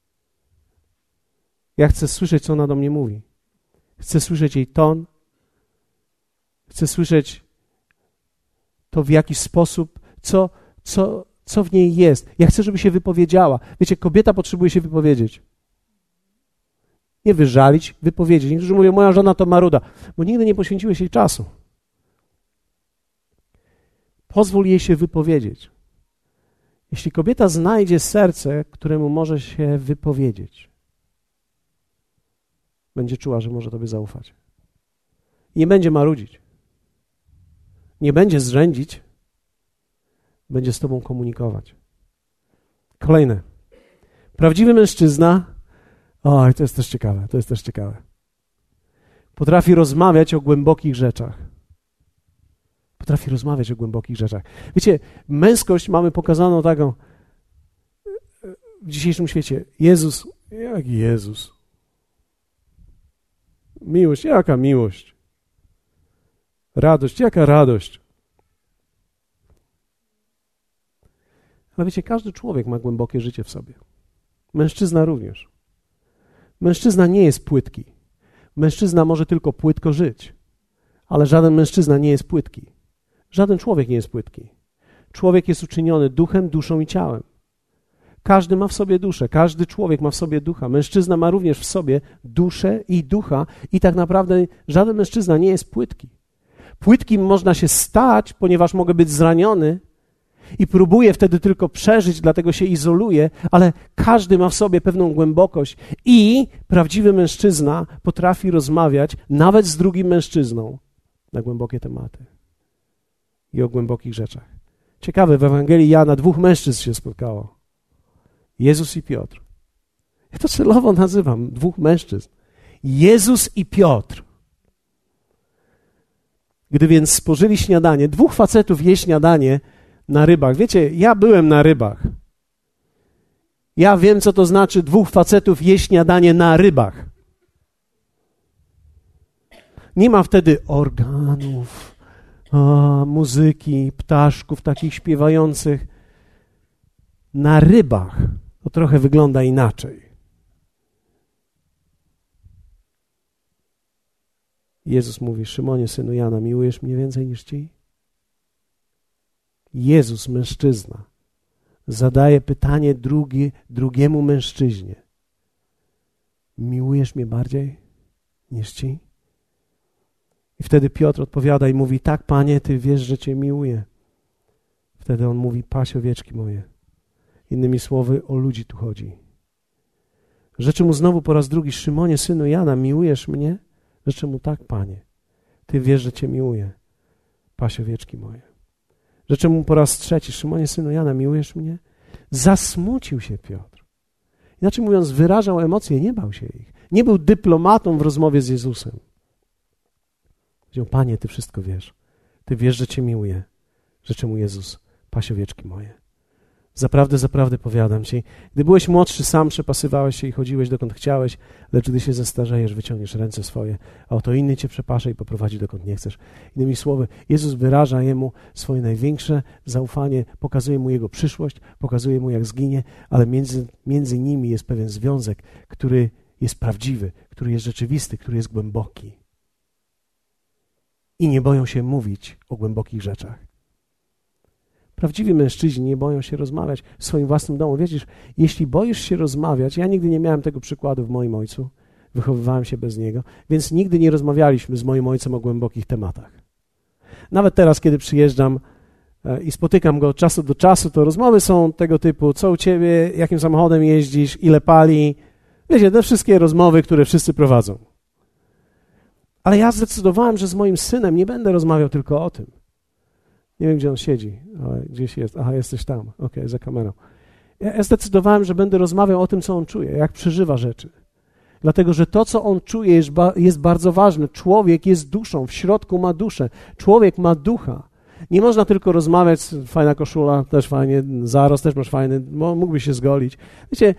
Ja chcę słyszeć, co ona do mnie mówi. Chcę słyszeć jej ton. Chcę słyszeć to, w jaki sposób, co w niej jest. Ja chcę, żeby się wypowiedziała. Wiecie, kobieta potrzebuje się wypowiedzieć. Nie wyżalić, wypowiedzieć. Niektórzy mówią, moja żona to maruda, bo nigdy nie poświęciłeś jej czasu. Pozwól jej się wypowiedzieć. Jeśli kobieta znajdzie serce, któremu może się wypowiedzieć, będzie czuła, że może tobie zaufać. I nie będzie marudzić. Nie będzie zrzędzić. Będzie z tobą komunikować. Kolejne. Prawdziwy mężczyzna, to jest też ciekawe. Potrafi rozmawiać o głębokich rzeczach. Wiecie, męskość mamy pokazaną taką w dzisiejszym świecie. Jezus, jaki Jezus? Miłość, jaka miłość? Radość, jaka radość? Ale wiecie, każdy człowiek ma głębokie życie w sobie. Mężczyzna również. Mężczyzna nie jest płytki. Mężczyzna może tylko płytko żyć, ale żaden mężczyzna nie jest płytki. Żaden człowiek nie jest płytki. Człowiek jest uczyniony duchem, duszą i ciałem. Każdy ma w sobie duszę, każdy człowiek ma w sobie ducha. Mężczyzna ma również w sobie duszę i ducha i tak naprawdę żaden mężczyzna nie jest płytki. Płytkim można się stać, ponieważ mogę być zraniony i próbuję wtedy tylko przeżyć, dlatego się izoluję, ale każdy ma w sobie pewną głębokość i prawdziwy mężczyzna potrafi rozmawiać nawet z drugim mężczyzną na głębokie tematy i o głębokich rzeczach. Ciekawe, w Ewangelii Jana 2 mężczyzn się spotkało. Jezus i Piotr. Ja to celowo nazywam 2 mężczyzn. Jezus i Piotr. Gdy więc spożyli śniadanie, 2 facetów je śniadanie na rybach. Wiecie, ja byłem na rybach. Ja wiem, co to znaczy 2 facetów je śniadanie na rybach. Nie ma wtedy organów, muzyki, ptaszków takich śpiewających. Na rybach to trochę wygląda inaczej. Jezus mówi, Szymonie, synu Jana, miłujesz mnie więcej niż ci? Jezus, mężczyzna, zadaje pytanie drugiemu mężczyźnie. Miłujesz mnie bardziej niż ci? I wtedy Piotr odpowiada i mówi, tak, Panie, Ty wiesz, że Cię miłuję. Wtedy on mówi, paś owieczki moje. Innymi słowy, o ludzi tu chodzi. Rzeczy mu znowu po raz drugi, Szymonie, synu Jana, miłujesz mnie? Rzeczy mu, tak, Panie, Ty wiesz, że Cię miłuję. Paś owieczki moje. Rzeczy mu po raz trzeci, Szymonie, synu Jana, miłujesz mnie? Zasmucił się Piotr. Inaczej mówiąc, wyrażał emocje, nie bał się ich. Nie był dyplomatą w rozmowie z Jezusem. Powiedział: Panie, Ty wszystko wiesz. Ty wiesz, że Cię miłuję. Rzeczy mu Jezus: paś owieczki moje. Zaprawdę, zaprawdę powiadam Ci, gdy byłeś młodszy, sam przepasywałeś się i chodziłeś dokąd chciałeś, lecz gdy się zestarzejesz, wyciągniesz ręce swoje, a oto inny Cię przepasze i poprowadzi dokąd nie chcesz. Innymi słowy, Jezus wyraża jemu swoje największe zaufanie, pokazuje mu jego przyszłość, pokazuje mu, jak zginie, ale między nimi jest pewien związek, który jest prawdziwy, który jest rzeczywisty, który jest głęboki. I nie boją się mówić o głębokich rzeczach. Prawdziwi mężczyźni nie boją się rozmawiać w swoim własnym domu. Wiecie, jeśli boisz się rozmawiać, ja nigdy nie miałem tego przykładu w moim ojcu, wychowywałem się bez niego, więc nigdy nie rozmawialiśmy z moim ojcem o głębokich tematach. Nawet teraz, kiedy przyjeżdżam i spotykam go od czasu do czasu, to rozmowy są tego typu: co u ciebie, jakim samochodem jeździsz, ile pali. Wiecie, te wszystkie rozmowy, które wszyscy prowadzą. Ale ja zdecydowałem, że z moim synem nie będę rozmawiał tylko o tym. Nie wiem, gdzie on siedzi, ale gdzieś jest. Aha, jesteś tam. Okej, za kamerą. Ja zdecydowałem, że będę rozmawiał o tym, co on czuje, jak przeżywa rzeczy. Dlatego, że to, co on czuje, jest bardzo ważne. Człowiek jest duszą, w środku ma duszę. Człowiek ma ducha. Nie można tylko rozmawiać: fajna koszula, też fajnie, zarost też masz fajny, mógłbyś się zgolić. Wiecie,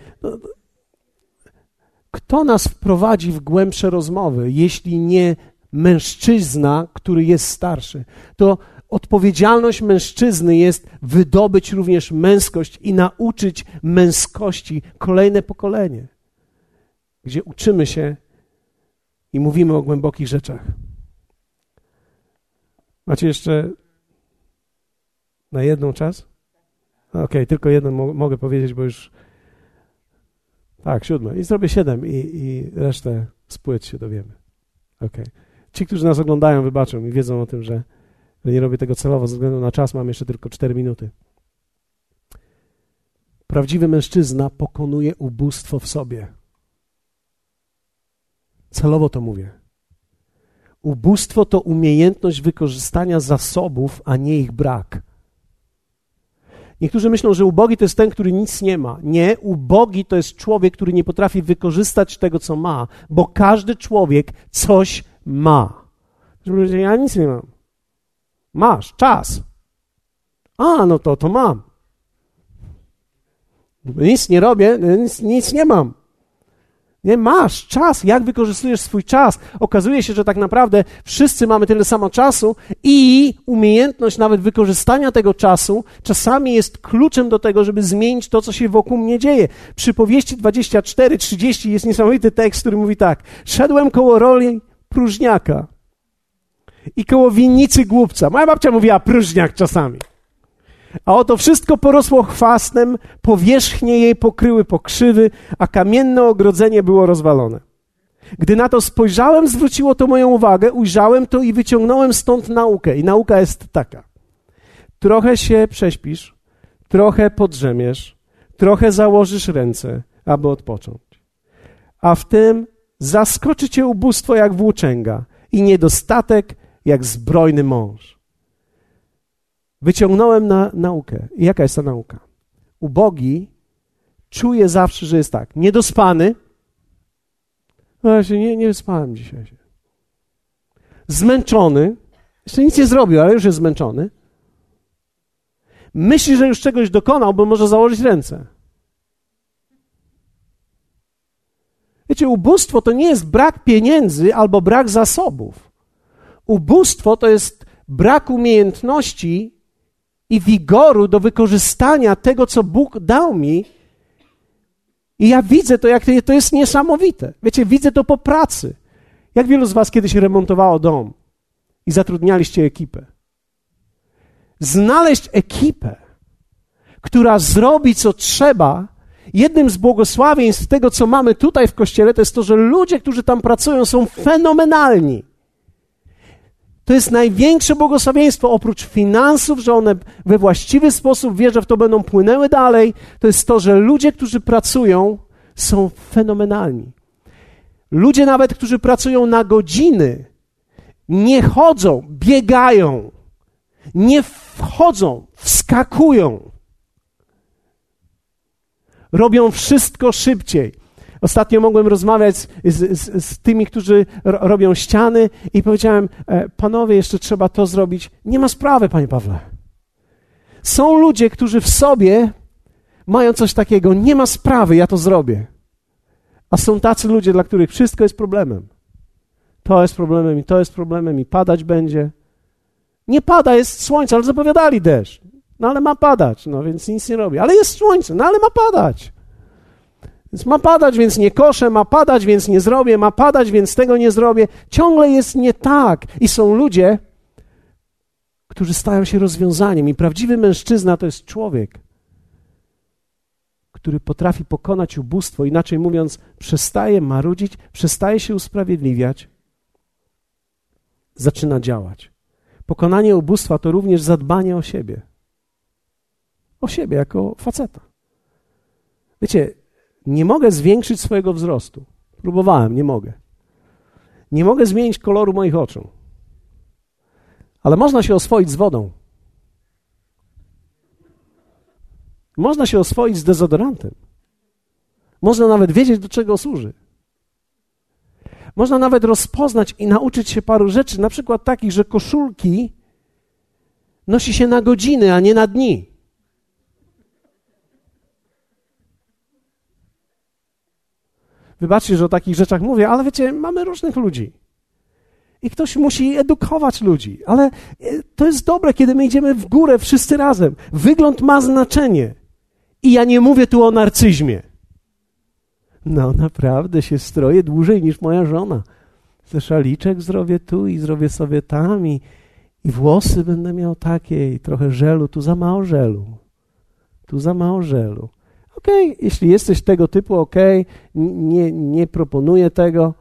kto nas wprowadzi w głębsze rozmowy, jeśli nie mężczyzna, który jest starszy? To odpowiedzialność mężczyzny jest wydobyć również męskość i nauczyć męskości kolejne pokolenie, gdzie uczymy się i mówimy o głębokich rzeczach. Macie jeszcze na jedną czas? Okej, tylko jedną mogę powiedzieć, bo już... Tak, 7. I zrobię 7 i resztę z płyt się dowiemy. Okej. Ci, którzy nas oglądają, wybaczą i wiedzą o tym, że nie robię tego celowo ze względu na czas, mam jeszcze tylko 4 minuty. Prawdziwy mężczyzna pokonuje ubóstwo w sobie. Celowo to mówię. Ubóstwo to umiejętność wykorzystania zasobów, a nie ich brak. Niektórzy myślą, że ubogi to jest ten, który nic nie ma. Nie, ubogi to jest człowiek, który nie potrafi wykorzystać tego, co ma, bo każdy człowiek coś ma. Ja nic nie mam. Masz czas. A, no to mam. Nic nie robię, nic nie mam. Nie, masz czas. Jak wykorzystujesz swój czas? Okazuje się, że tak naprawdę wszyscy mamy tyle samo czasu i umiejętność nawet wykorzystania tego czasu czasami jest kluczem do tego, żeby zmienić to, co się wokół mnie dzieje. Przypowieści 24:30 jest niesamowity tekst, który mówi tak: szedłem koło roli próżniaka i koło winnicy głupca. Moja babcia mówiła próżniak czasami. A oto wszystko porosło chwastem, powierzchnie jej pokryły pokrzywy, a kamienne ogrodzenie było rozwalone. Gdy na to spojrzałem, zwróciło to moją uwagę, ujrzałem to i wyciągnąłem stąd naukę. I nauka jest taka: trochę się prześpisz, trochę podrzemiesz, trochę założysz ręce, aby odpocząć. A w tym zaskoczy cię ubóstwo jak włóczęga i niedostatek jak zbrojny mąż. Wyciągnąłem naukę. I jaka jest ta nauka? Ubogi czuje zawsze, że jest tak: niedospany. No ja się nie wyspałem dzisiaj. Zmęczony. Jeszcze nic nie zrobił, ale już jest zmęczony. Myśli, że już czegoś dokonał, bo może założyć ręce. Wiecie, ubóstwo to nie jest brak pieniędzy albo brak zasobów. Ubóstwo to jest brak umiejętności i wigoru do wykorzystania tego, co Bóg dał mi. I ja widzę to, jak to jest niesamowite. Wiecie, widzę to po pracy. Jak wielu z was kiedyś remontowało dom i zatrudnialiście ekipę? Znaleźć ekipę, która zrobi, co trzeba. Jednym z błogosławieństw tego, co mamy tutaj w Kościele, to jest to, że ludzie, którzy tam pracują, są fenomenalni. To jest największe błogosławieństwo oprócz finansów, że one we właściwy sposób, wierzę w to, będą płynęły dalej. To jest to, że ludzie, którzy pracują, są fenomenalni. Ludzie nawet, którzy pracują na godziny, nie chodzą, biegają, nie wchodzą, wskakują. Robią wszystko szybciej. Ostatnio mogłem rozmawiać z tymi, którzy robią ściany i powiedziałem, panowie, jeszcze trzeba to zrobić. Nie ma sprawy, panie Pawle. Są ludzie, którzy w sobie mają coś takiego, nie ma sprawy, ja to zrobię. A są tacy ludzie, dla których wszystko jest problemem. To jest problemem i to jest problemem i padać będzie. Nie pada, jest słońce, ale zapowiadali deszcz. No ale ma padać, no więc nic nie robi. Ale jest słońce, no ale ma padać. Więc ma padać, więc nie koszę, ma padać, więc nie zrobię, ma padać, więc tego nie zrobię. Ciągle jest nie tak. I są ludzie, którzy stają się rozwiązaniem. I prawdziwy mężczyzna to jest człowiek, który potrafi pokonać ubóstwo. Inaczej mówiąc, przestaje marudzić, przestaje się usprawiedliwiać, zaczyna działać. Pokonanie ubóstwa to również zadbanie o siebie. O siebie jako faceta. Wiecie, nie mogę zwiększyć swojego wzrostu. Próbowałem, nie mogę. Nie mogę zmienić koloru moich oczu. Ale można się oswoić z wodą. Można się oswoić z dezodorantem. Można nawet wiedzieć, do czego służy. Można nawet rozpoznać i nauczyć się paru rzeczy, na przykład takich, że koszulki nosi się na godziny, a nie na dni. Wybaczcie, że o takich rzeczach mówię, ale wiecie, mamy różnych ludzi. I ktoś musi edukować ludzi. Ale to jest dobre, kiedy my idziemy w górę wszyscy razem. Wygląd ma znaczenie. I ja nie mówię tu o narcyzmie. No naprawdę się stroję dłużej niż moja żona. Ze szaliczek zrobię tu i zrobię sobie tam i włosy będę miał takie i trochę żelu. Tu za mało żelu. Tu za mało żelu. Okej, jeśli jesteś tego typu, okej, nie proponuję tego,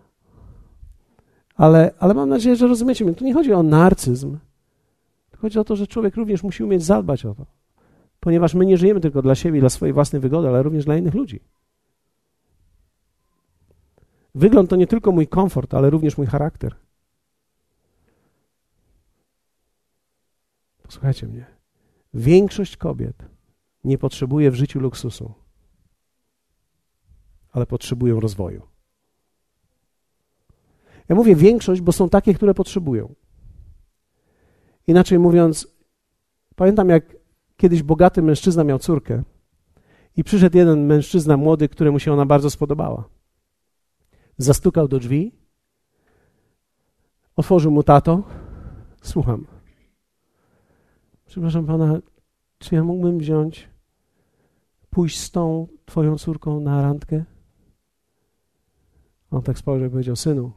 ale mam nadzieję, że rozumiecie mnie. Tu nie chodzi o narcyzm. Chodzi o to, że człowiek również musi umieć zadbać o to. Ponieważ my nie żyjemy tylko dla siebie i dla swojej własnej wygody, ale również dla innych ludzi. Wygląd to nie tylko mój komfort, ale również mój charakter. Posłuchajcie mnie. Większość kobiet nie potrzebuje w życiu luksusu, ale potrzebują rozwoju. Ja mówię większość, bo są takie, które potrzebują. Inaczej mówiąc, pamiętam jak kiedyś bogaty mężczyzna miał córkę i przyszedł jeden mężczyzna młody, któremu się ona bardzo spodobała. Zastukał do drzwi, otworzył mu tato. Słucham. Przepraszam pana, czy ja mógłbym pójść z tą twoją córką na randkę? On tak spojrzał i powiedział, synu,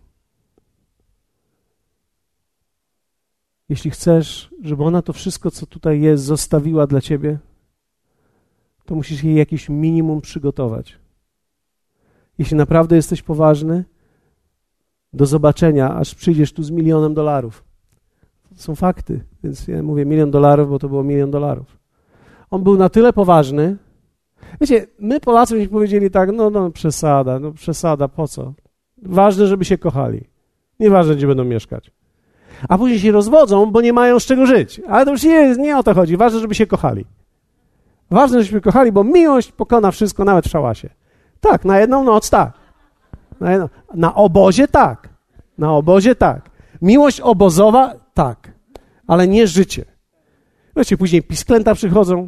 jeśli chcesz, żeby ona to wszystko, co tutaj jest, zostawiła dla ciebie, to musisz jej jakieś minimum przygotować. Jeśli naprawdę jesteś poważny, do zobaczenia, aż przyjdziesz tu z $1 milion. To są fakty, więc ja mówię $1 milion, bo to było $1 milion. On był na tyle poważny. Wiecie, my Polacy byśmy powiedzieli tak, no przesada, po co? Ważne, żeby się kochali. Nieważne, gdzie będą mieszkać. A później się rozwodzą, bo nie mają z czego żyć. Ale to już nie o to chodzi. Ważne, żeby się kochali. Ważne, żebyśmy kochali, bo miłość pokona wszystko, nawet w szałasie. Tak, na jedną noc tak. Na obozie tak. Na obozie tak. Miłość obozowa tak. Ale nie życie. Wiecie, później pisklęta przychodzą.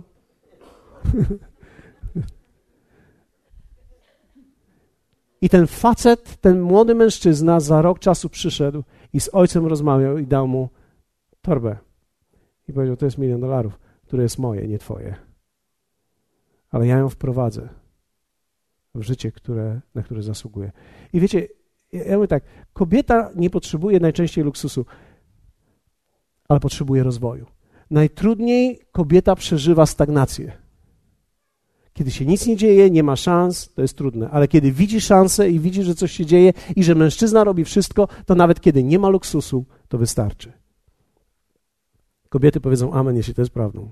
I ten facet, ten młody mężczyzna za rok czasu przyszedł i z ojcem rozmawiał i dał mu torbę. I powiedział, to jest $1 milion, które jest moje, nie twoje. Ale ja ją wprowadzę w życie, na które zasługuje. I wiecie, ja mówię tak, kobieta nie potrzebuje najczęściej luksusu, ale potrzebuje rozwoju. Najtrudniej kobieta przeżywa stagnację. Kiedy się nic nie dzieje, nie ma szans, to jest trudne. Ale kiedy widzi szansę i widzi, że coś się dzieje i że mężczyzna robi wszystko, to nawet kiedy nie ma luksusu, to wystarczy. Kobiety powiedzą amen, jeśli to jest prawdą.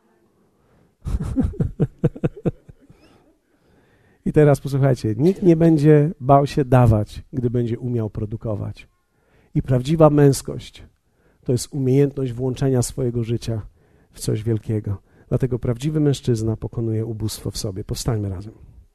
I teraz posłuchajcie, nikt nie będzie bał się dawać, gdy będzie umiał produkować. I prawdziwa męskość to jest umiejętność włączenia swojego życia w coś wielkiego. Dlatego prawdziwy mężczyzna pokonuje ubóstwo w sobie. Powstańmy razem.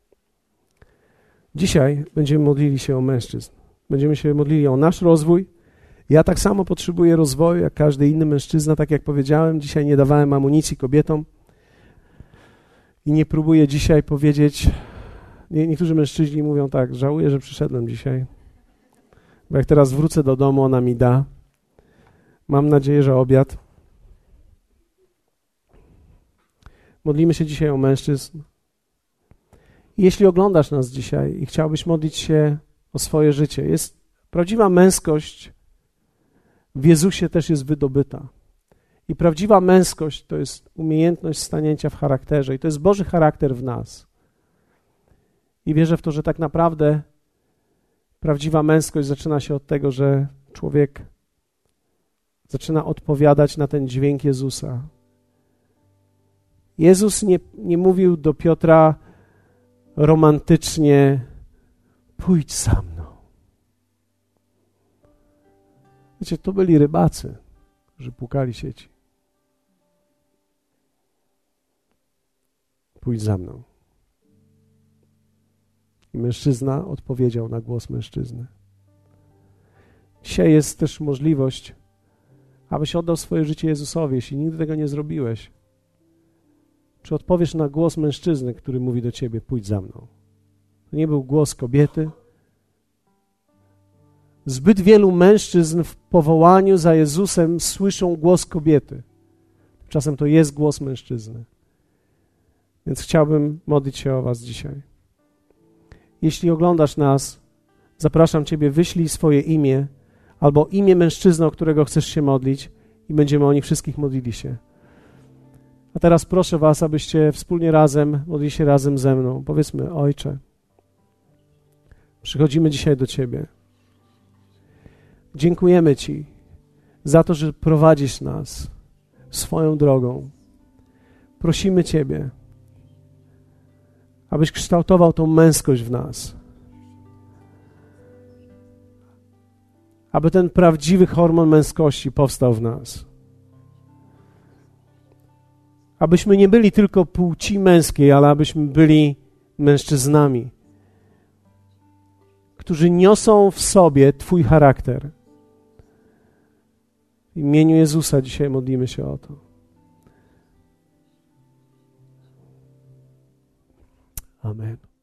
Dzisiaj będziemy modlili się o mężczyzn. Będziemy się modlili o nasz rozwój. Ja tak samo potrzebuję rozwoju, jak każdy inny mężczyzna. Tak jak powiedziałem, dzisiaj nie dawałem amunicji kobietom i nie próbuję dzisiaj powiedzieć... Niektórzy mężczyźni mówią tak, żałuję, że przyszedłem dzisiaj, bo jak teraz wrócę do domu, ona mi da. Mam nadzieję, że obiad. Modlimy się dzisiaj o mężczyzn. I jeśli oglądasz nas dzisiaj i chciałbyś modlić się o swoje życie, jest prawdziwa męskość w Jezusie też jest wydobyta. I prawdziwa męskość to jest umiejętność stanięcia w charakterze i to jest Boży charakter w nas. I wierzę w to, że tak naprawdę prawdziwa męskość zaczyna się od tego, że człowiek zaczyna odpowiadać na ten dźwięk Jezusa. Jezus nie mówił do Piotra romantycznie: pójdź za mną. Wiecie, to byli rybacy, którzy płukali sieci. Pójdź za mną. I mężczyzna odpowiedział na głos mężczyzny. Dzisiaj jest też możliwość, abyś oddał swoje życie Jezusowi, jeśli nigdy tego nie zrobiłeś. Czy odpowiesz na głos mężczyzny, który mówi do ciebie: pójdź za mną? To nie był głos kobiety. Zbyt wielu mężczyzn w powołaniu za Jezusem słyszą głos kobiety. Czasem to jest głos mężczyzny. Więc chciałbym modlić się o was dzisiaj. Jeśli oglądasz nas, zapraszam ciebie, wyślij swoje imię albo imię mężczyzny, o którego chcesz się modlić i będziemy o nich wszystkich modlili się. A teraz proszę was, abyście wspólnie razem modlili się razem ze mną. Powiedzmy: Ojcze, przychodzimy dzisiaj do Ciebie. Dziękujemy Ci za to, że prowadzisz nas swoją drogą. Prosimy Ciebie, abyś kształtował tą męskość w nas. Aby ten prawdziwy hormon męskości powstał w nas. Abyśmy nie byli tylko płci męskiej, ale abyśmy byli mężczyznami, którzy niosą w sobie Twój charakter. W imieniu Jezusa dzisiaj modlimy się o to. Amen.